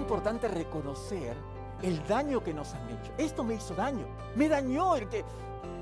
importante reconocer el daño que nos han hecho. Esto me hizo daño. Me dañó el que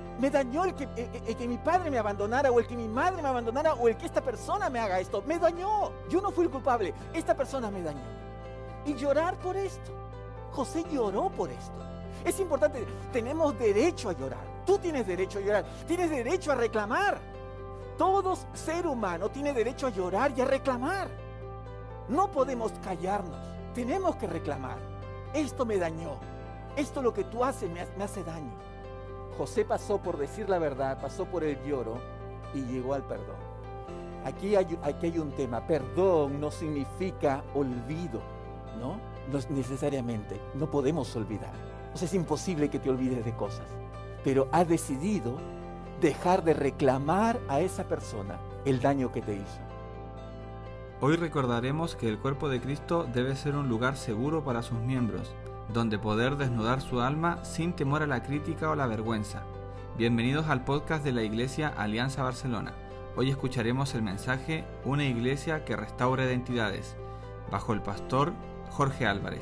mi padre me abandonara, o el que mi madre me abandonara, o el que esta persona me haga esto. Me dañó. Yo no fui el culpable. Esta persona me dañó. Y llorar por esto. José lloró por esto. Es importante. Tenemos derecho a llorar. Tú tienes derecho a llorar. Tienes derecho a reclamar. Todo ser humano tiene derecho a llorar y a reclamar. No podemos callarnos. Tenemos que reclamar. Esto me dañó. Esto lo que tú haces me hace daño. José pasó por decir la verdad, pasó por el lloro y llegó al perdón. Aquí hay un tema. Perdón no significa olvido, ¿no? No necesariamente. No podemos olvidar. O sea, es imposible que te olvides de cosas. Pero has decidido dejar de reclamar a esa persona el daño que te hizo. Hoy recordaremos que el cuerpo de Cristo debe ser un lugar seguro para sus miembros, donde poder desnudar su alma sin temor a la crítica o la vergüenza. Bienvenidos al podcast de la Iglesia Alianza Barcelona. Hoy escucharemos el mensaje Una iglesia que restaura identidades, bajo el pastor Jorge Álvarez.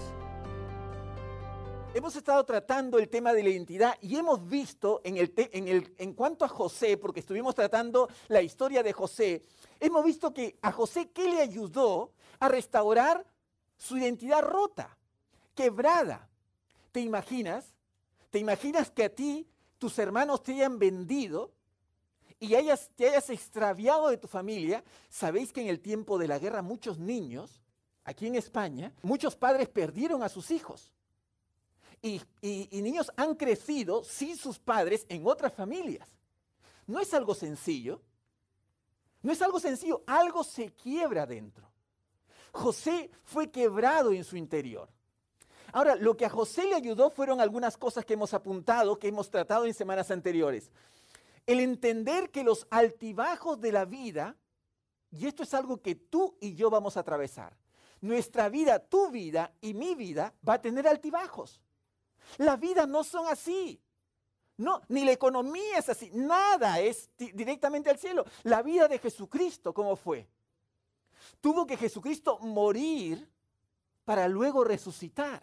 Hemos estado tratando el tema de la identidad y hemos visto en cuanto a José, porque estuvimos tratando la historia de José, hemos visto que a José, ¿qué le ayudó a restaurar su identidad rota, quebrada? ¿Te imaginas? ¿Te imaginas que a ti, tus hermanos te hayan vendido y te hayas extraviado de tu familia? Sabéis que en el tiempo de la guerra muchos niños, aquí en España, muchos padres perdieron a sus hijos. Y niños han crecido sin sus padres en otras familias. No es algo sencillo. No es algo sencillo. Algo se quiebra dentro. José fue quebrado en su interior. Ahora, lo que a José le ayudó fueron algunas cosas que hemos apuntado, que hemos tratado en semanas anteriores. El entender que los altibajos de la vida, y esto es algo que tú y yo vamos a atravesar. Nuestra vida, tu vida y mi vida va a tener altibajos. La vida no son así. No, ni la economía es así. Nada es directamente al cielo. La vida de Jesucristo, ¿cómo fue? Tuvo que Jesucristo morir para luego resucitar.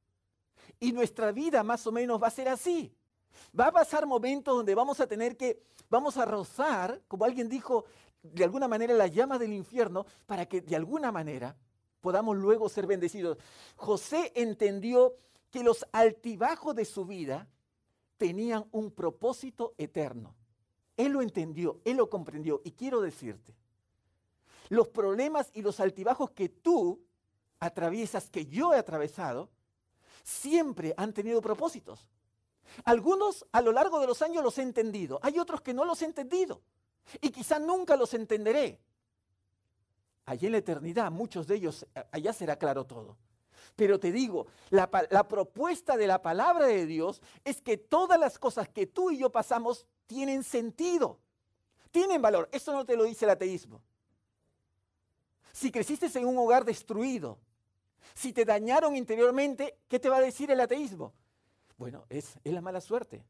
Y nuestra vida más o menos va a ser así. Va a pasar momentos donde vamos a rozar, como alguien dijo, de alguna manera las llamas del infierno, para que de alguna manera podamos luego ser bendecidos. José entendió que los altibajos de su vida tenían un propósito eterno. Él lo entendió, él lo comprendió. Y quiero decirte, los problemas y los altibajos que tú atraviesas, que yo he atravesado, siempre han tenido propósitos. Algunos a lo largo de los años los he entendido, hay otros que no los he entendido y quizá nunca los entenderé. Allí en la eternidad, muchos de ellos, allá será claro todo. Pero te digo, la propuesta de la palabra de Dios es que todas las cosas que tú y yo pasamos tienen sentido, tienen valor. Eso no te lo dice el ateísmo. Si creciste en un hogar destruido, si te dañaron interiormente, ¿qué te va a decir el ateísmo? Bueno, es la mala suerte.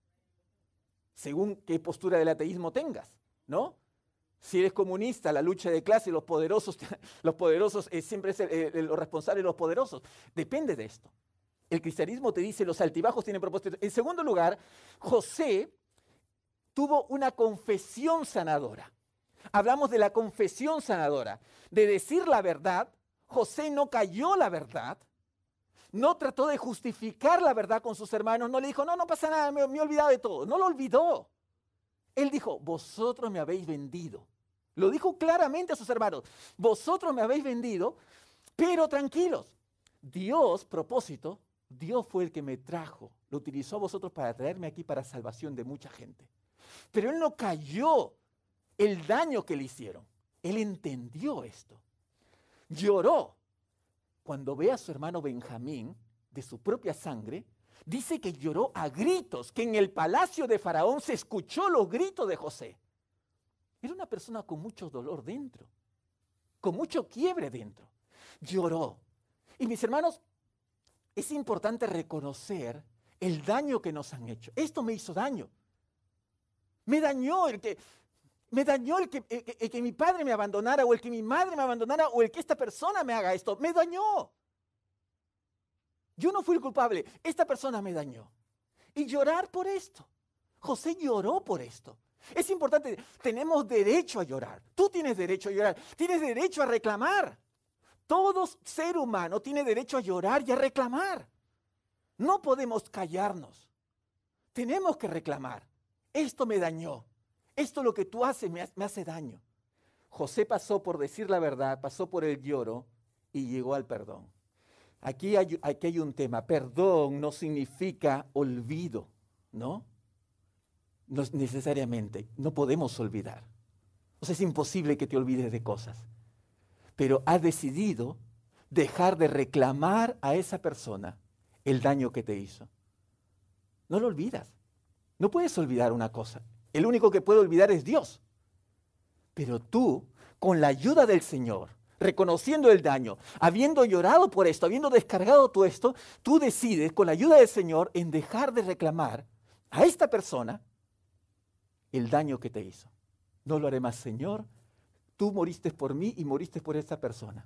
Según qué postura del ateísmo tengas, ¿no? Si eres comunista, la lucha de clase, los poderosos siempre es los responsables de los poderosos. Depende de esto. El cristianismo te dice los altibajos tienen propósito. En segundo lugar, José tuvo una confesión sanadora. Hablamos de la confesión sanadora, de decir la verdad. José no cayó la verdad, no trató de justificar la verdad con sus hermanos, no le dijo, no pasa nada, me he olvidado de todo. No lo olvidó. Él dijo, vosotros me habéis vendido. Lo dijo claramente a sus hermanos, vosotros me habéis vendido, pero tranquilos. Dios fue el que me trajo, lo utilizó a vosotros para traerme aquí para salvación de mucha gente. Pero él no cayó el daño que le hicieron. Él entendió esto. Lloró. Cuando ve a su hermano Benjamín, de su propia sangre, dice que lloró a gritos, que en el palacio de Faraón se escuchó los gritos de José. Era una persona con mucho dolor dentro, con mucho quiebre dentro. Lloró. Y mis hermanos, es importante reconocer el daño que nos han hecho. Esto me hizo daño. Me dañó el que mi padre me abandonara, o el que mi madre me abandonara, o el que esta persona me haga esto. Me dañó. Yo no fui el culpable, esta persona me dañó. Y llorar por esto. José lloró por esto. Es importante, tenemos derecho a llorar. Tú tienes derecho a llorar, tienes derecho a reclamar. Todo ser humano tiene derecho a llorar y a reclamar. No podemos callarnos. Tenemos que reclamar. Esto me dañó. Esto lo que tú haces me hace daño. José pasó por decir la verdad, pasó por el lloro y llegó al perdón. Aquí hay un tema. Perdón no significa olvido, ¿no? No necesariamente. No podemos olvidar. O sea, es imposible que te olvides de cosas. Pero has decidido dejar de reclamar a esa persona el daño que te hizo. No lo olvidas. No puedes olvidar una cosa. El único que puede olvidar es Dios. Pero tú, con la ayuda del Señor, reconociendo el daño, habiendo llorado por esto, habiendo descargado todo esto, tú decides, con la ayuda del Señor, en dejar de reclamar a esta persona el daño que te hizo. No lo haré más, Señor. Tú moriste por mí y moriste por esta persona.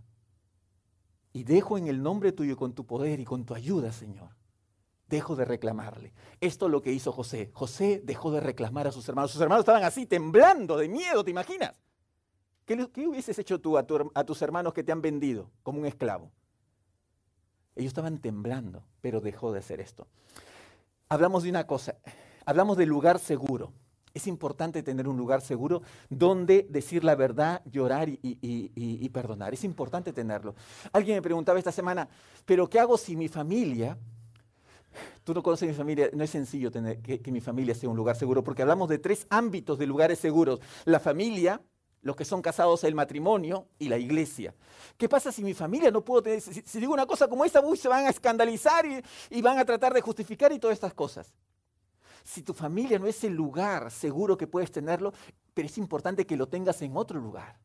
Y dejo en el nombre tuyo, con tu poder y con tu ayuda, Señor, dejo de reclamarle. Esto es lo que hizo José. José dejó de reclamar a sus hermanos. Sus hermanos estaban así, temblando de miedo, ¿te imaginas? ¿Qué hubieses hecho tú a tus hermanos que te han vendido como un esclavo? Ellos estaban temblando, pero dejó de hacer esto. Hablamos de una cosa, hablamos del lugar seguro. Es importante tener un lugar seguro donde decir la verdad, llorar y perdonar. Es importante tenerlo. Alguien me preguntaba esta semana, ¿pero qué hago si mi familia... Tú no conoces mi familia, no es sencillo tener que mi familia sea un lugar seguro, porque hablamos de 3 ámbitos de lugares seguros. La familia, los que son casados, el matrimonio y la iglesia. ¿Qué pasa si mi familia no puedo tener? Si digo una cosa como esta, se van a escandalizar y van a tratar de justificar y todas estas cosas. Si tu familia no es el lugar seguro que puedes tenerlo, pero es importante que lo tengas en otro lugar.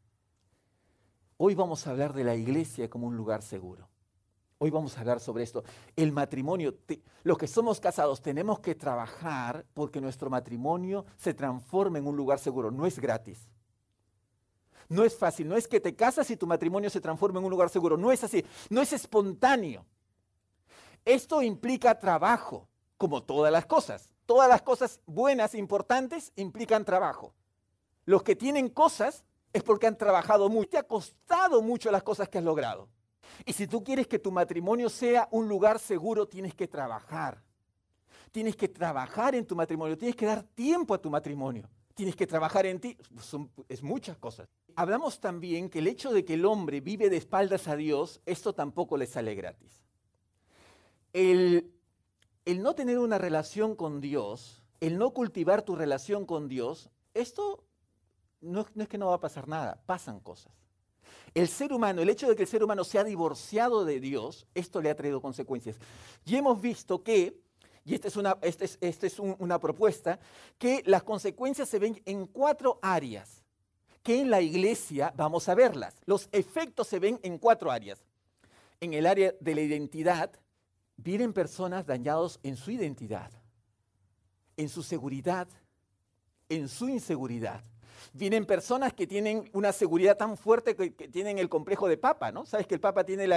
Hoy vamos a hablar de la iglesia como un lugar seguro. Hoy vamos a hablar sobre esto. El matrimonio, los que somos casados tenemos que trabajar porque nuestro matrimonio se transforme en un lugar seguro. No es gratis. No es fácil. No es que te casas y tu matrimonio se transforme en un lugar seguro. No es así. No es espontáneo. Esto implica trabajo, como todas las cosas. Todas las cosas buenas e importantes implican trabajo. Los que tienen cosas es porque han trabajado mucho. Te ha costado mucho las cosas que has logrado. Y si tú quieres que tu matrimonio sea un lugar seguro, tienes que trabajar. Tienes que trabajar en tu matrimonio, tienes que dar tiempo a tu matrimonio, tienes que trabajar en ti. Es muchas cosas. Hablamos también que el hecho de que el hombre vive de espaldas a Dios, esto tampoco le sale gratis. El no tener una relación con Dios, el no cultivar tu relación con Dios, esto no es que no va a pasar nada, pasan cosas. El ser humano, el hecho de que el ser humano se ha divorciado de Dios, esto le ha traído consecuencias. Y hemos visto que, y esta es una propuesta, que las consecuencias se ven en 4 áreas, que en la iglesia vamos a verlas. Los efectos se ven en 4 áreas. En el área de la identidad, vienen personas dañadas en su identidad, en su seguridad, en su inseguridad. Vienen personas que tienen una seguridad tan fuerte que tienen el complejo de papa, ¿no? Sabes que el papa tiene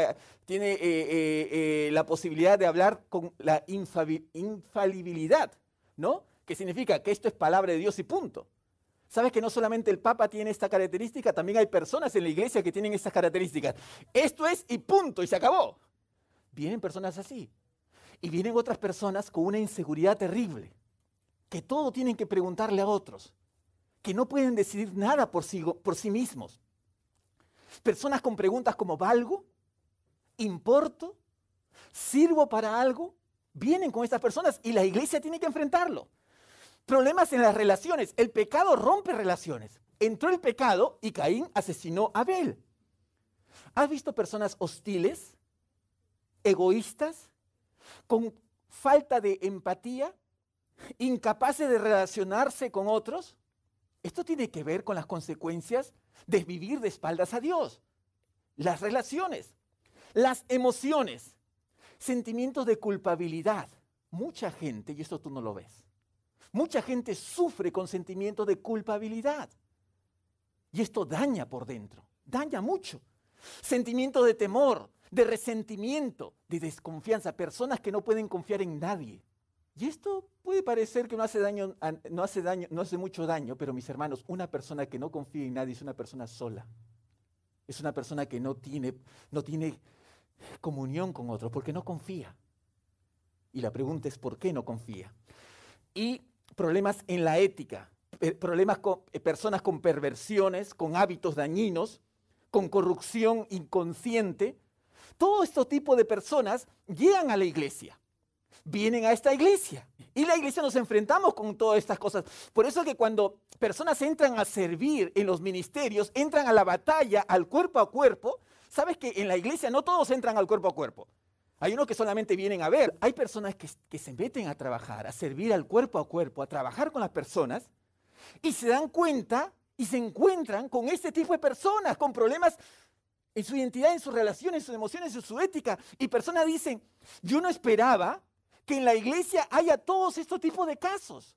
la posibilidad de hablar con la infalibilidad, ¿no? Que significa que esto es palabra de Dios y punto. ¿Sabes que no solamente el papa tiene esta característica? También hay personas en la iglesia que tienen estas características. Esto es y punto, y se acabó. Vienen personas así. Y vienen otras personas con una inseguridad terrible, que todo tienen que preguntarle a otros, que no pueden decidir nada por sí mismos. Personas con preguntas como ¿valgo? ¿Importo? ¿Sirvo para algo? Vienen con estas personas y la iglesia tiene que enfrentarlo. Problemas en las relaciones. El pecado rompe relaciones. Entró el pecado y Caín asesinó a Abel. ¿Has visto personas hostiles, egoístas, con falta de empatía, incapaces de relacionarse con otros? Esto tiene que ver con las consecuencias de vivir de espaldas a Dios. Las relaciones, las emociones, sentimientos de culpabilidad. Mucha gente, y esto tú no lo ves, mucha gente sufre con sentimientos de culpabilidad. Y esto daña por dentro, daña mucho. Sentimientos de temor. de resentimiento, de desconfianza, personas que no pueden confiar en nadie. Y esto puede parecer que no hace mucho daño, pero mis hermanos, una persona que no confía en nadie es una persona sola. Es una persona que no tiene comunión con otros porque no confía. Y la pregunta es, ¿por qué no confía? Y problemas en la ética, problemas con personas con perversiones, con hábitos dañinos, con corrupción inconsciente. Todo este tipo de personas llegan a la iglesia, vienen a esta iglesia. Y la iglesia nos enfrentamos con todas estas cosas. Por eso es que cuando personas entran a servir en los ministerios, entran a la batalla, al cuerpo a cuerpo, sabes que en la iglesia no todos entran al cuerpo a cuerpo. Hay unos que solamente vienen a ver. Hay personas que se meten a trabajar, a servir al cuerpo a cuerpo, a trabajar con las personas y se dan cuenta y se encuentran con este tipo de personas, con problemas en su identidad, en sus relaciones, en sus emociones, en su ética. Y personas dicen, yo no esperaba que en la iglesia haya todos estos tipos de casos.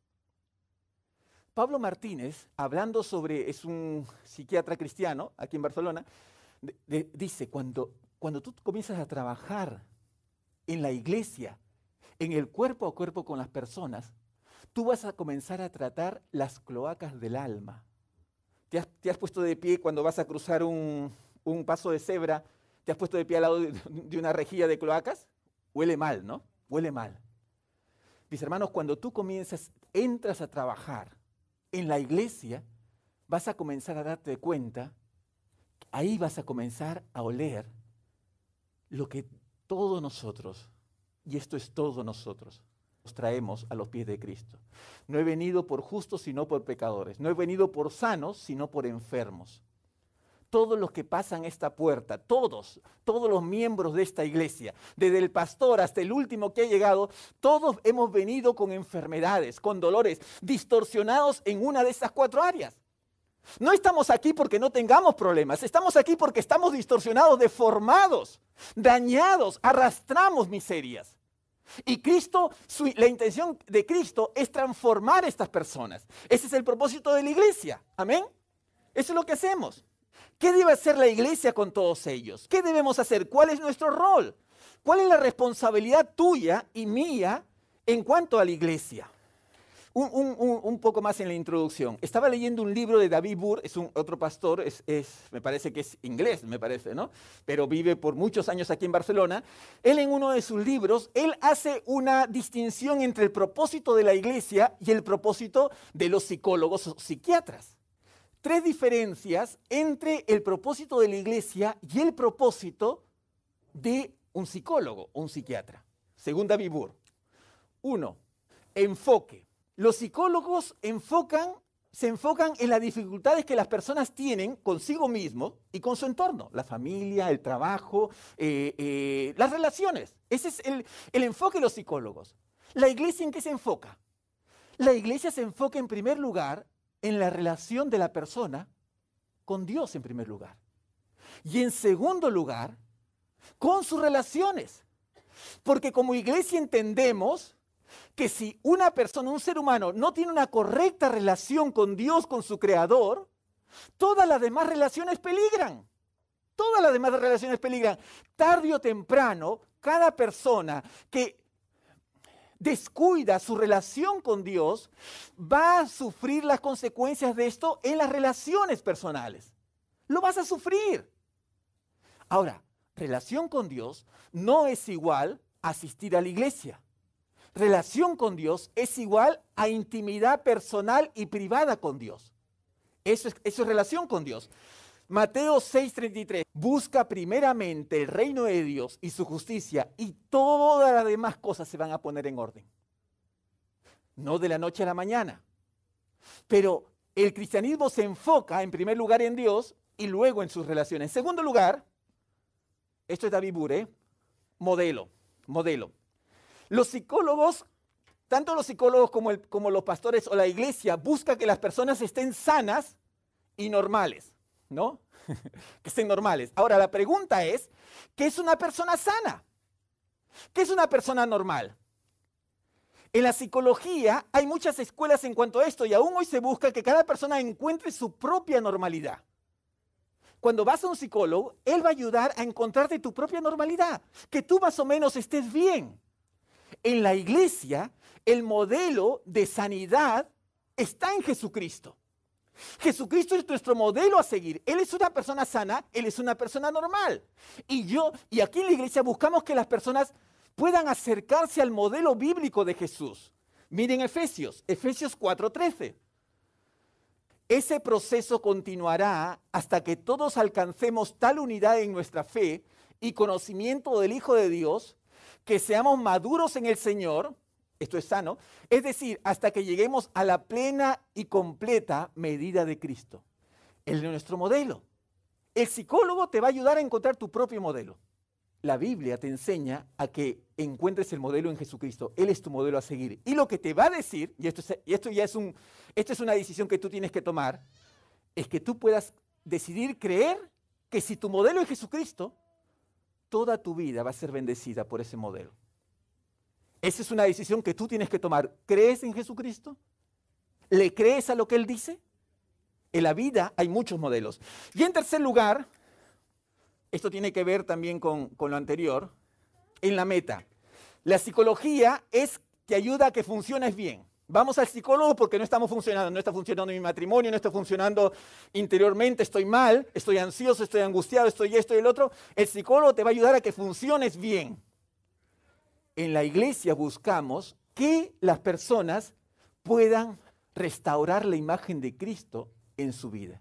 Pablo Martínez, hablando sobre, es un psiquiatra cristiano aquí en Barcelona, dice, cuando tú comienzas a trabajar en la iglesia, en el cuerpo a cuerpo con las personas, tú vas a comenzar a tratar las cloacas del alma. ¿Te has puesto de pie cuando vas a cruzar un paso de cebra? ¿Te has puesto de pie al lado de una rejilla de cloacas? Huele mal, ¿no? Huele mal. Mis hermanos, cuando tú entras a trabajar en la iglesia, vas a comenzar a darte cuenta, ahí vas a comenzar a oler lo que todos nosotros, y esto es todos nosotros, nos traemos a los pies de Cristo. No he venido por justos, sino por pecadores. No he venido por sanos, sino por enfermos. Todos los que pasan esta puerta, todos los miembros de esta iglesia, desde el pastor hasta el último que ha llegado, todos hemos venido con enfermedades, con dolores, distorsionados en una de estas 4 áreas. No estamos aquí porque no tengamos problemas, estamos aquí porque estamos distorsionados, deformados, dañados, arrastramos miserias. Y Cristo, la intención de Cristo es transformar a estas personas. Ese es el propósito de la iglesia, amén. Eso es lo que hacemos. ¿Qué debe hacer la iglesia con todos ellos? ¿Qué debemos hacer? ¿Cuál es nuestro rol? ¿Cuál es la responsabilidad tuya y mía en cuanto a la iglesia? Un poco más en la introducción. Estaba leyendo un libro de David Burr, es otro pastor, me parece que es inglés, me parece, ¿no? Pero vive por muchos años aquí en Barcelona. Él en uno de sus libros, él hace una distinción entre el propósito de la iglesia y el propósito de los psicólogos o psiquiatras. 3 diferencias entre el propósito de la iglesia y el propósito de un psicólogo o un psiquiatra, según David Burr. 1. Enfoque. Los psicólogos se enfocan en las dificultades que las personas tienen consigo mismos y con su entorno, la familia, el trabajo, las relaciones. Ese es el enfoque de los psicólogos. ¿La iglesia en qué se enfoca? La iglesia se enfoca en primer lugar en la relación de la persona con Dios en primer lugar. Y en segundo lugar, con sus relaciones. Porque como iglesia entendemos que si una persona, un ser humano, no tiene una correcta relación con Dios, con su Creador, todas las demás relaciones peligran. Todas las demás relaciones peligran. Tarde o temprano, cada persona que descuida su relación con Dios va a sufrir las consecuencias de esto en las relaciones personales. Lo vas a sufrir. Ahora, relación con Dios no es igual a asistir a la iglesia. Relación con Dios es igual a intimidad personal y privada con Dios. Eso es relación con Dios. Mateo 6:33, busca primeramente el reino de Dios y su justicia y todas las demás cosas se van a poner en orden. No de la noche a la mañana. Pero el cristianismo se enfoca en primer lugar en Dios y luego en sus relaciones. En segundo lugar, esto es David Burr, modelo. Los psicólogos, tanto los psicólogos como los pastores o la iglesia, buscan que las personas estén sanas y normales, ¿no? Que estén normales. Ahora, la pregunta es, ¿qué es una persona sana? ¿Qué es una persona normal? En la psicología hay muchas escuelas en cuanto a esto y aún hoy se busca que cada persona encuentre su propia normalidad. cuando vas a un psicólogo, él va a ayudar a encontrarte tu propia normalidad, que tú más o menos estés bien. En la iglesia, el modelo de sanidad está en Jesucristo. Jesucristo es nuestro modelo a seguir. Él es una persona sana, Él es una persona normal. Y aquí en la iglesia buscamos que las personas puedan acercarse al modelo bíblico de Jesús. Miren Efesios 4:13. Ese proceso continuará hasta que todos alcancemos tal unidad en nuestra fe y conocimiento del Hijo de Dios, que seamos maduros en el Señor, esto es sano, es decir, hasta que lleguemos a la plena y completa medida de Cristo. Él es nuestro modelo. El psicólogo te va a ayudar a encontrar tu propio modelo. La Biblia te enseña a que encuentres el modelo en Jesucristo. Él es tu modelo a seguir. Y lo que te va a decir, y esto es una decisión que tú tienes que tomar, es que tú puedas decidir creer que si tu modelo es Jesucristo, toda tu vida va a ser bendecida por ese modelo. Esa es una decisión que tú tienes que tomar. ¿Crees en Jesucristo? ¿Le crees a lo que Él dice? En la vida hay muchos modelos. Y en tercer lugar, esto tiene que ver también con lo anterior, en la meta. La psicología te ayuda a que funciones bien. Vamos al psicólogo porque no estamos funcionando, no está funcionando mi matrimonio, no está funcionando interiormente, estoy mal, estoy ansioso, estoy angustiado, estoy esto y el otro. El psicólogo te va a ayudar a que funciones bien. En la iglesia buscamos que las personas puedan restaurar la imagen de Cristo en su vida.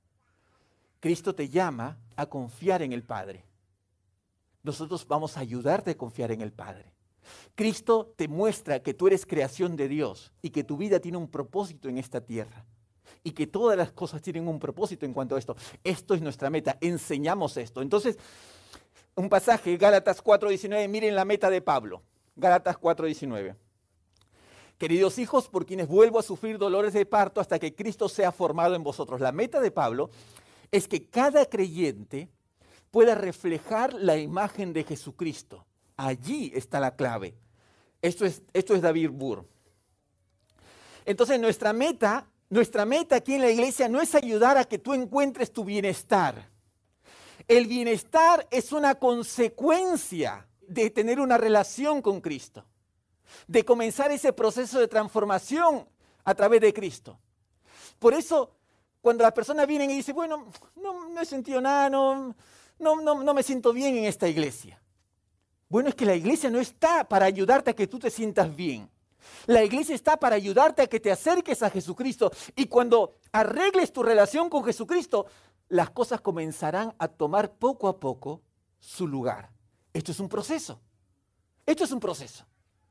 Cristo te llama a confiar en el Padre. Nosotros vamos a ayudarte a confiar en el Padre. Cristo te muestra que tú eres creación de Dios y que tu vida tiene un propósito en esta tierra. Y que todas las cosas tienen un propósito en cuanto a esto. Esto es nuestra meta, enseñamos esto. Entonces, un pasaje, Gálatas 4:19, miren la meta de Pablo. Gálatas 4:19. Queridos hijos, por quienes vuelvo a sufrir dolores de parto hasta que Cristo sea formado en vosotros. La meta de Pablo es que cada creyente pueda reflejar la imagen de Jesucristo. Allí está la clave. Esto es David Burr. Entonces nuestra meta aquí en la iglesia no es ayudar a que tú encuentres tu bienestar. El bienestar es una consecuencia de tener una relación con Cristo, de comenzar ese proceso de transformación a través de Cristo. Por eso, cuando las personas vienen y dicen, bueno, no he sentido nada, no me siento bien en esta iglesia. Bueno, es que la iglesia no está para ayudarte a que tú te sientas bien. La iglesia está para ayudarte a que te acerques a Jesucristo. Y cuando arregles tu relación con Jesucristo, las cosas comenzarán a tomar poco a poco su lugar. Esto es un proceso. Esto es un proceso.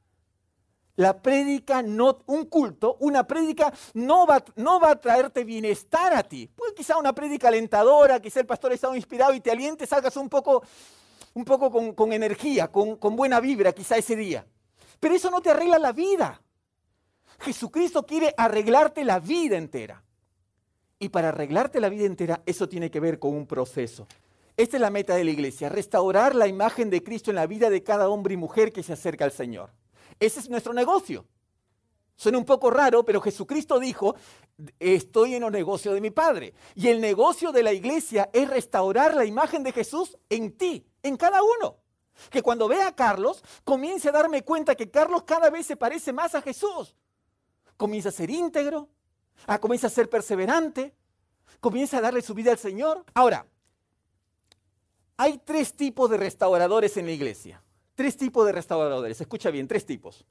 La prédica, un culto, una prédica no va a traerte bienestar a ti. Pues quizá una prédica alentadora, quizá el pastor ha estado inspirado y te aliente, salgas un poco con energía, con buena vibra quizá ese día. Pero eso no te arregla la vida. Jesucristo quiere arreglarte la vida entera. Y para arreglarte la vida entera, eso tiene que ver con un proceso. Esta es la meta de la iglesia, restaurar la imagen de Cristo en la vida de cada hombre y mujer que se acerca al Señor. Ese es nuestro negocio. Suena un poco raro, pero Jesucristo dijo, estoy en los negocios de mi Padre. Y el negocio de la iglesia es restaurar la imagen de Jesús en ti, en cada uno. Que cuando vea a Carlos, comience a darme cuenta que Carlos cada vez se parece más a Jesús. Comienza a ser íntegro, comienza a ser perseverante, comienza a darle su vida al Señor. Ahora, hay 3 tipos de restauradores en la iglesia. 3 tipos de restauradores. Escucha bien, 3 tipos.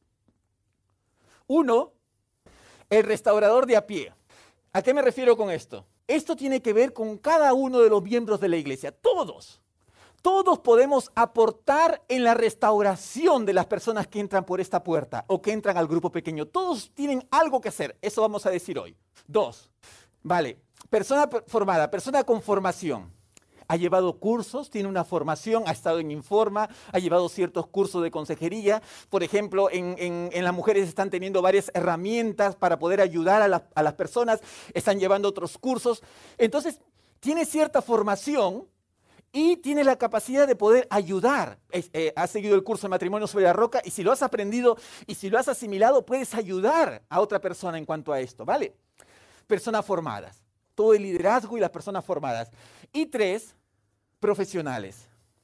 1, el restaurador de a pie. ¿A qué me refiero con esto? Esto tiene que ver con cada uno de los miembros de la iglesia. Todos podemos aportar en la restauración de las personas que entran por esta puerta o que entran al grupo pequeño. Todos tienen algo que hacer. Eso vamos a decir hoy. 2, vale, persona formada, persona con formación. Ha llevado cursos, tiene una formación, ha estado en Informa, ha llevado ciertos cursos de consejería. Por ejemplo, en las mujeres están teniendo varias herramientas para poder ayudar a las personas, están llevando otros cursos. Entonces, tiene cierta formación y tiene la capacidad de poder ayudar. Has seguido el curso de matrimonio sobre la roca y si lo has aprendido y si lo has asimilado, puedes ayudar a otra persona en cuanto a esto, ¿vale? Personas formadas. todo el liderazgo y las personas formadas. Y 3, profesionales.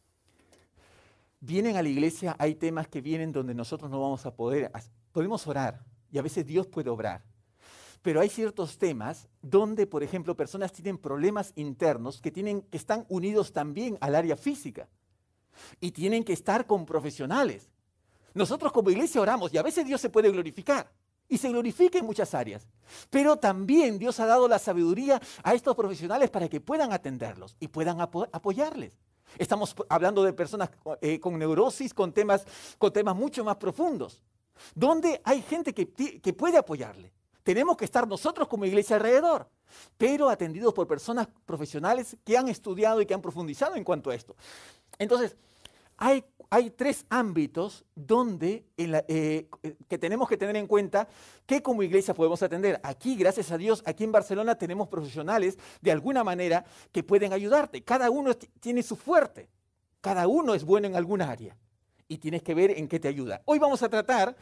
Vienen a la iglesia, hay temas que vienen donde nosotros no vamos a poder, podemos orar y a veces Dios puede obrar. Pero hay ciertos temas donde, por ejemplo, personas tienen problemas internos que están unidos también al área física y tienen que estar con profesionales. Nosotros como iglesia oramos y a veces Dios se puede glorificar y se glorifica en muchas áreas. Pero también Dios ha dado la sabiduría a estos profesionales para que puedan atenderlos y puedan apoyarles. Estamos hablando de personas con neurosis, con temas mucho más profundos, donde hay gente que puede apoyarle. Tenemos que estar nosotros como iglesia alrededor, pero atendidos por personas profesionales que han estudiado y que han profundizado en cuanto a esto. Entonces, hay 3 ámbitos donde que tenemos que tener en cuenta que como iglesia podemos atender. Aquí, gracias a Dios, aquí en Barcelona tenemos profesionales de alguna manera que pueden ayudarte. Cada uno tiene su fuerte, cada uno es bueno en alguna área y tienes que ver en qué te ayuda. Hoy vamos a tratar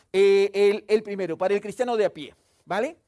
el primero, para el cristiano de a pie, ¿vale?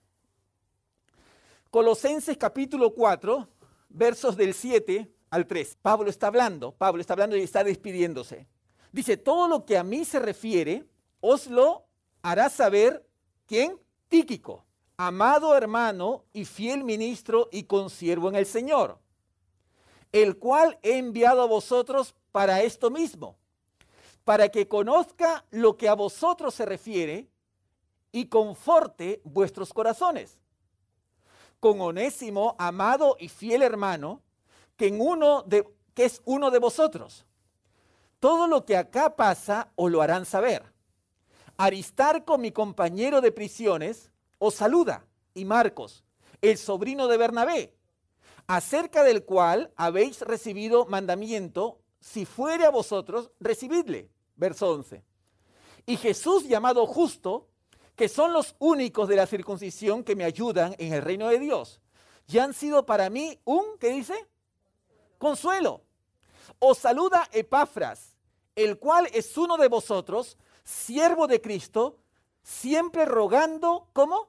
Colosenses capítulo 4, versos del 7 al 3. Pablo está hablando y está despidiéndose. Dice, todo lo que a mí se refiere, os lo hará saber, ¿quién? Tíquico, amado hermano y fiel ministro y consiervo en el Señor, el cual he enviado a vosotros para esto mismo, para que conozca lo que a vosotros se refiere y conforte vuestros corazones. Con Onésimo, amado y fiel hermano, que es uno de vosotros. Todo lo que acá pasa os lo harán saber. Aristarco, mi compañero de prisiones, os saluda, y Marcos, el sobrino de Bernabé, acerca del cual habéis recibido mandamiento, si fuere a vosotros, recibidle. Verso 11. Y Jesús llamado Justo, que son los únicos de la circuncisión que me ayudan en el reino de Dios, y han sido para mí ¿qué dice? Consuelo. Os saluda Epafras, el cual es uno de vosotros, siervo de Cristo, siempre rogando, ¿cómo?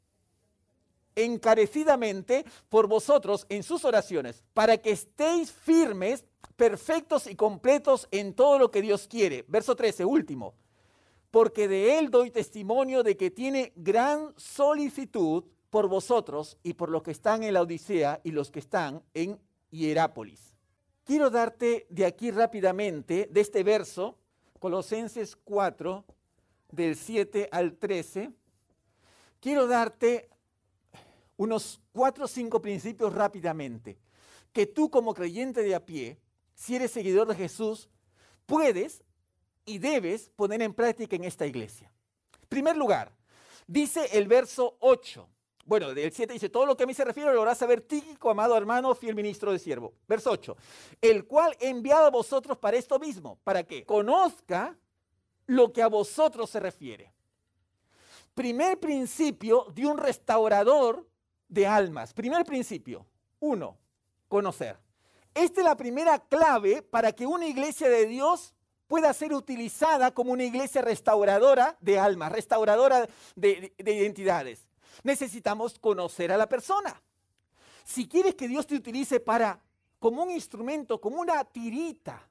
Encarecidamente por vosotros en sus oraciones, para que estéis firmes, perfectos y completos en todo lo que Dios quiere. Verso 13, último. Porque de él doy testimonio de que tiene gran solicitud por vosotros y por los que están en la Odisea y los que están en Hierápolis. Quiero darte de aquí rápidamente, de este verso, Colosenses 4, del 7 al 13, quiero darte unos 4 o 5 principios rápidamente, que tú como creyente de a pie, si eres seguidor de Jesús, puedes y debes poner en práctica en esta iglesia. En primer lugar, dice el verso 8, bueno, del 7 dice, todo lo que a mí se refiere lo hará saber Tíquico, amado hermano, fiel ministro de siervo. Verso 8, el cual he enviado a vosotros para esto mismo, para que conozca lo que a vosotros se refiere. Primer principio de un restaurador de almas. Primer principio, 1, conocer. Esta es la primera clave para que una iglesia de Dios pueda ser utilizada como una iglesia restauradora de almas, restauradora de identidades. Necesitamos conocer a la persona. Si quieres que Dios te utilice como un instrumento, como una tirita,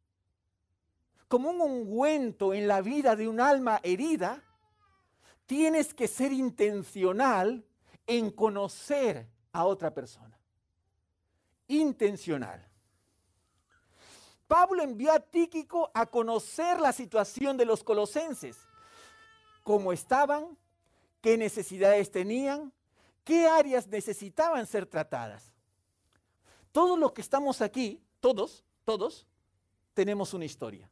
como un ungüento en la vida de un alma herida, tienes que ser intencional en conocer a otra persona. Intencional. Pablo envió a Tíquico a conocer la situación de los colosenses, cómo estaban, qué necesidades tenían, qué áreas necesitaban ser tratadas. Todos los que estamos aquí, todos, tenemos una historia.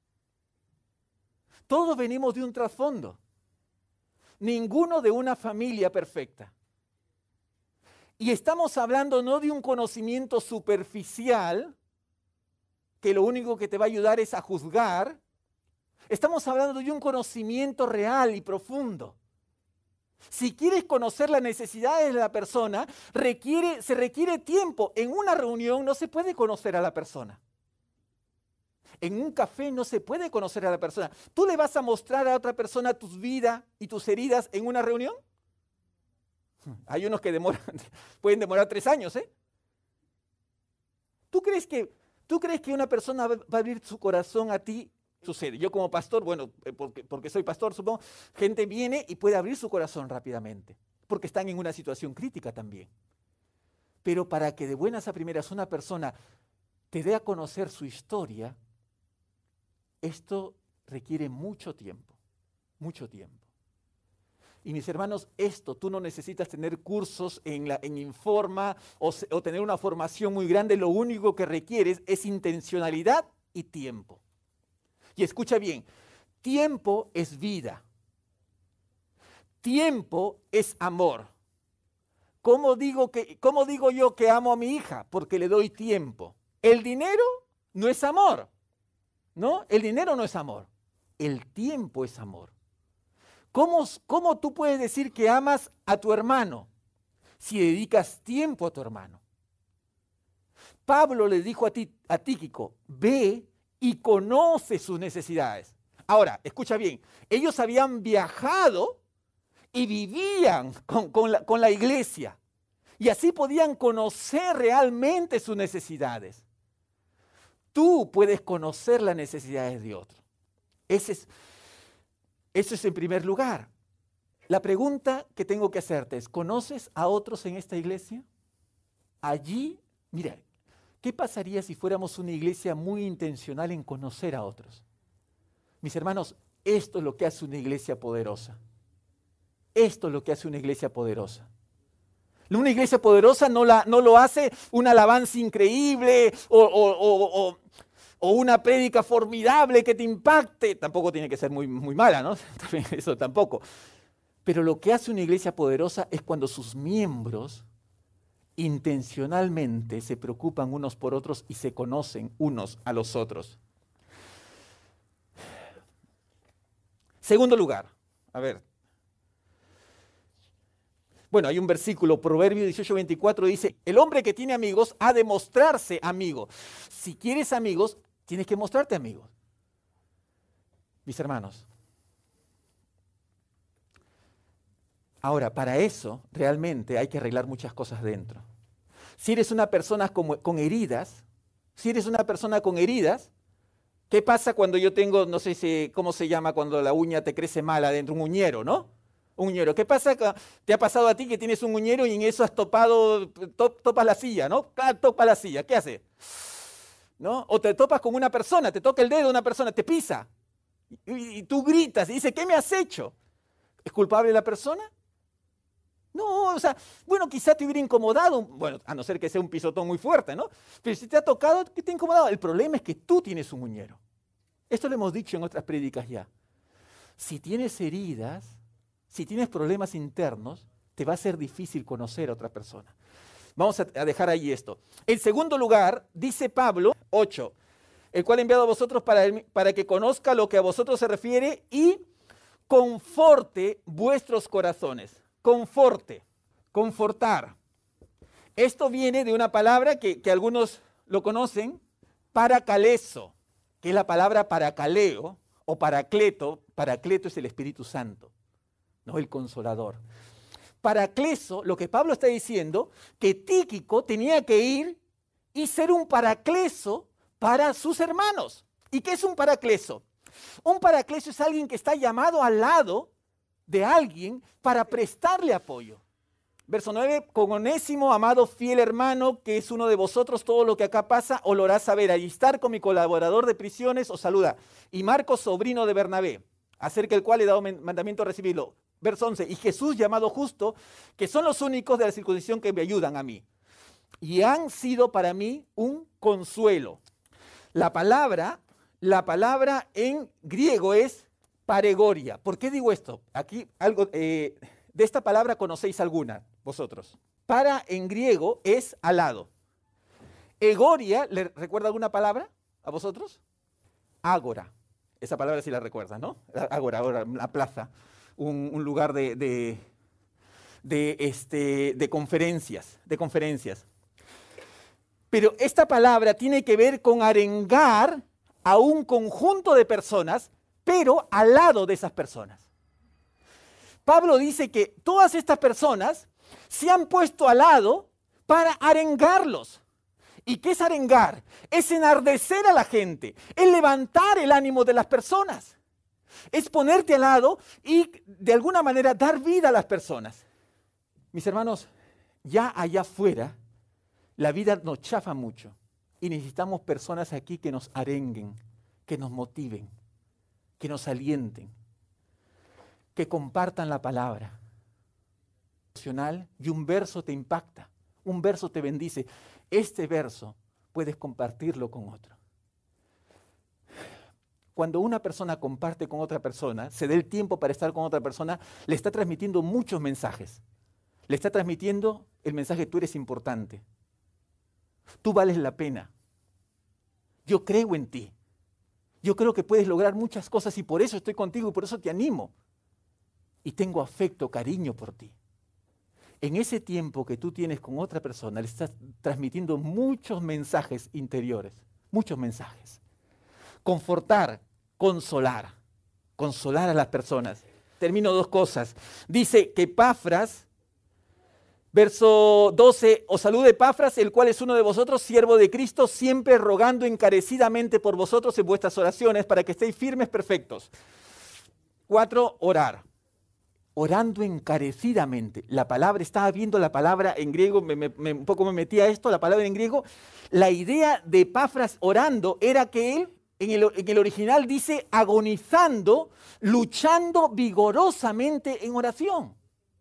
Todos venimos de un trasfondo. Ninguno de una familia perfecta. Y estamos hablando no de un conocimiento superficial, que lo único que te va a ayudar es a juzgar. Estamos hablando de un conocimiento real y profundo. Si quieres conocer las necesidades de la persona, se requiere tiempo. En una reunión no se puede conocer a la persona. En un café no se puede conocer a la persona. ¿Tú le vas a mostrar a otra persona tus vidas y tus heridas en una reunión? Hay unos que pueden demorar 3 años, ¿eh? ¿Tú crees que una persona va a abrir su corazón a ti? Sucede. Yo como pastor, bueno, porque soy pastor, supongo, gente viene y puede abrir su corazón rápidamente, porque están en una situación crítica también. Pero para que de buenas a primeras una persona te dé a conocer su historia, esto requiere mucho tiempo, mucho tiempo. Y mis hermanos, tú no necesitas tener cursos en Informa o tener una formación muy grande, lo único que requieres es intencionalidad y tiempo. Y escucha bien, tiempo es vida, tiempo es amor. ¿Cómo digo yo que amo a mi hija? Porque le doy tiempo. El dinero no es amor, ¿no? El dinero no es amor, el tiempo es amor. ¿Cómo tú puedes decir que amas a tu hermano si dedicas tiempo a tu hermano? Pablo le dijo a Tíquico, ve y conoce sus necesidades. Ahora, escucha bien, ellos habían viajado y vivían con la iglesia y así podían conocer realmente sus necesidades. Tú puedes conocer las necesidades de otro. Eso es en primer lugar. La pregunta que tengo que hacerte es, ¿conoces a otros en esta iglesia? Allí, mira, ¿qué pasaría si fuéramos una iglesia muy intencional en conocer a otros? Mis hermanos, esto es lo que hace una iglesia poderosa. Esto es lo que hace una iglesia poderosa. Una iglesia poderosa no lo hace una alabanza increíble o una prédica formidable que te impacte. Tampoco tiene que ser muy mala, ¿no? Eso tampoco. Pero lo que hace una iglesia poderosa es cuando sus miembros intencionalmente se preocupan unos por otros y se conocen unos a los otros. Segundo lugar, a ver. Bueno, hay un versículo, Proverbios 18:24, dice, el hombre que tiene amigos ha de mostrarse amigo. Si quieres amigos, tienes que mostrarte amigo. Mis hermanos. Ahora, para eso realmente hay que arreglar muchas cosas dentro. Si eres una persona con heridas, ¿qué pasa cuando yo tengo, no sé cómo se llama cuando la uña te crece mal adentro? Un uñero, ¿no? Un uñero. ¿Qué pasa? ¿Te ha pasado a ti que tienes un uñero y en eso has topas la silla, ¿no? Topa la silla, ¿qué hace? ¿No? O te topas con una persona, te toca el dedo de una persona, te pisa. Y tú gritas y dices, ¿qué me has hecho? ¿Es culpable la persona? No, o sea, bueno, quizá te hubiera incomodado, bueno, a no ser que sea un pisotón muy fuerte, ¿no? Pero si te ha tocado, ¿qué te ha incomodado? El problema es que tú tienes un uñero. Esto lo hemos dicho en otras prédicas ya. Si tienes heridas, si tienes problemas internos, te va a ser difícil conocer a otra persona. Vamos a dejar ahí esto. En segundo lugar, dice Pablo, 8, el cual he enviado a vosotros para que conozca lo que a vosotros se refiere y conforte vuestros corazones. Confortar. Esto viene de una palabra que algunos lo conocen, paracaleso, que es la palabra paracaleo o paracleto. Paracleto es el Espíritu Santo, no el Consolador. Paracleso, lo que Pablo está diciendo, que Tíquico tenía que ir y ser un paracleso para sus hermanos. ¿Y qué es un paracleso? Un paracleso es alguien que está llamado al lado de alguien para prestarle apoyo. Verso 9, con Onésimo, amado fiel hermano, que es uno de vosotros, todo lo que acá pasa, os lo hará saber. Aristarco, mi colaborador de prisiones, os saluda. Y Marcos, sobrino de Bernabé, acerca del cual he dado mandamiento a recibirlo. Verso 11, y Jesús, llamado Justo, que son los únicos de la circuncisión que me ayudan a mí. Y han sido para mí un consuelo. La palabra en griego es paregoria. ¿Por qué digo esto? Aquí algo de esta palabra conocéis alguna, vosotros. Para en griego es al lado. Egoria, ¿le recuerda alguna palabra a vosotros? Ágora. Esa palabra sí la recuerdas, ¿no? Ágora, la plaza, un lugar de conferencias, Pero esta palabra tiene que ver con arengar a un conjunto de personas, pero al lado de esas personas. Pablo dice que todas estas personas se han puesto al lado para arengarlos. ¿Y qué es arengar? Es enardecer a la gente, es levantar el ánimo de las personas, es ponerte al lado y de alguna manera dar vida a las personas. Mis hermanos, ya allá afuera la vida nos chafa mucho y necesitamos personas aquí que nos arenguen, que nos motiven, que nos alienten, que compartan la palabra. Y un verso te impacta, un verso te bendice. Este verso puedes compartirlo con otro. Cuando una persona comparte con otra persona, se da el tiempo para estar con otra persona, le está transmitiendo muchos mensajes. Le está transmitiendo el mensaje: tú eres importante, tú vales la pena, yo creo en ti, yo creo que puedes lograr muchas cosas y por eso estoy contigo y por eso te animo. Y tengo afecto, cariño por ti. En ese tiempo que tú tienes con otra persona, le estás transmitiendo muchos mensajes interiores, muchos mensajes. Confortar, consolar a las personas. Termino dos cosas. Dice que Epafras, verso 12, os saluda Epafras, el cual es uno de vosotros, siervo de Cristo, siempre rogando encarecidamente por vosotros en vuestras oraciones, para que estéis firmes, perfectos. 4, orar. Orando encarecidamente. La palabra, estaba viendo la palabra en griego, un poco me metí a esto, la palabra en griego. La idea de Epafras orando era que él, en el original dice agonizando, luchando vigorosamente en oración.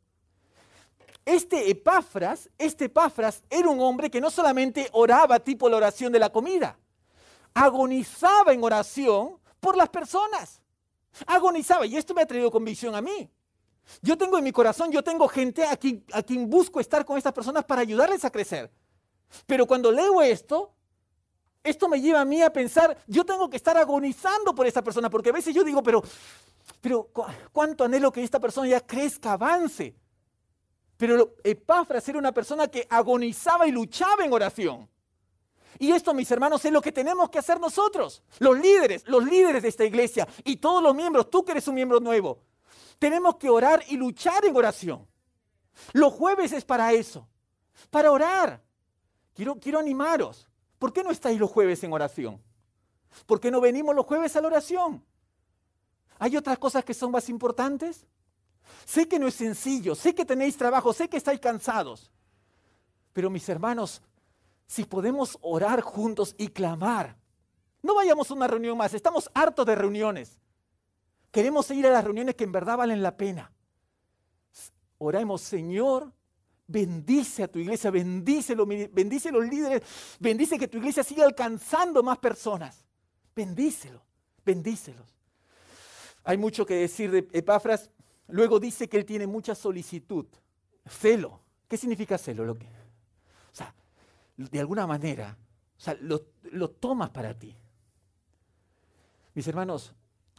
Este Epafras era un hombre que no solamente oraba tipo la oración de la comida, agonizaba en oración por las personas. Agonizaba, y esto me ha traído convicción a mí. Yo tengo en mi corazón, yo tengo gente a quien busco estar con estas personas para ayudarles a crecer. Pero cuando leo esto me lleva a mí a pensar, yo tengo que estar agonizando por esta persona, porque a veces yo digo, pero cuánto anhelo que esta persona ya crezca, avance. Pero Epafras era una persona que agonizaba y luchaba en oración. Y esto, mis hermanos, es lo que tenemos que hacer nosotros, los líderes de esta iglesia y todos los miembros, tú que eres un miembro nuevo. Tenemos que orar y luchar en oración. Los jueves es para eso, para orar. Quiero animaros. ¿Por qué no estáis los jueves en oración? ¿Por qué no venimos los jueves a la oración? ¿Hay otras cosas que son más importantes? Sé que no es sencillo, sé que tenéis trabajo, sé que estáis cansados. Pero mis hermanos, si podemos orar juntos y clamar, no vayamos a una reunión más, estamos hartos de reuniones. Queremos ir a las reuniones que en verdad valen la pena. Oremos, Señor, bendice a tu iglesia, bendice los líderes, bendice que tu iglesia siga alcanzando más personas. Bendícelos. Hay mucho que decir de Epafras. Luego dice que él tiene mucha solicitud, celo. ¿Qué significa celo? De alguna manera, lo tomas para ti. Mis hermanos,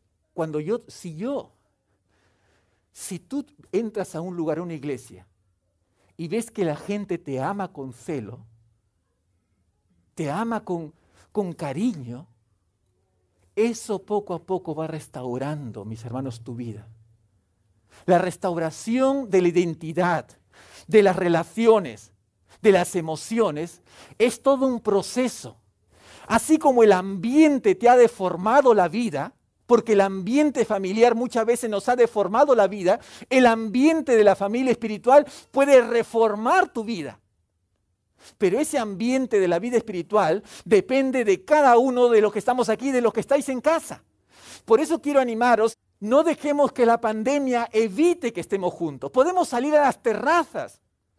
si tú entras a un lugar, a una iglesia, y ves que la gente te ama con celo, te ama con cariño, eso poco a poco va restaurando, mis hermanos, tu vida. La restauración de la identidad, de las relaciones, de las emociones, es todo un proceso. Así como el ambiente te ha deformado la vida, porque el ambiente familiar muchas veces nos ha deformado la vida, el ambiente de la familia espiritual puede reformar tu vida. Pero ese ambiente de la vida espiritual depende de cada uno de los que estamos aquí, de los que estáis en casa. Por eso quiero animaros, no dejemos que la pandemia evite que estemos juntos. Podemos salir a las terrazas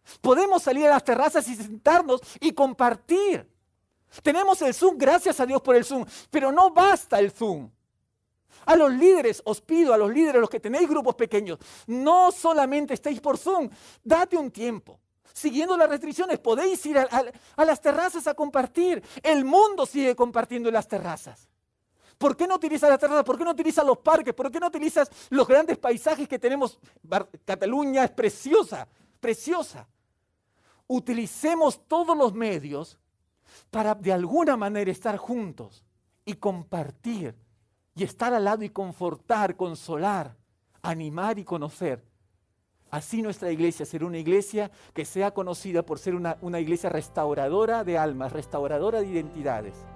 y sentarnos y compartir. Tenemos el Zoom, gracias a Dios por el Zoom, pero no basta el Zoom. A los líderes, os pido, a los líderes, los que tenéis grupos pequeños, no solamente estéis por Zoom, date un tiempo. Siguiendo las restricciones, podéis ir a las terrazas a compartir. El mundo sigue compartiendo en las terrazas. ¿Por qué no utilizas las terrazas? ¿Por qué no utilizas los parques? ¿Por qué no utilizas los grandes paisajes que tenemos? Cataluña es preciosa, preciosa. Utilicemos todos los medios para de alguna manera estar juntos y compartir y estar al lado y confortar, consolar, animar y conocer Así nuestra iglesia será una iglesia que sea conocida por ser una iglesia restauradora de almas, restauradora de identidades.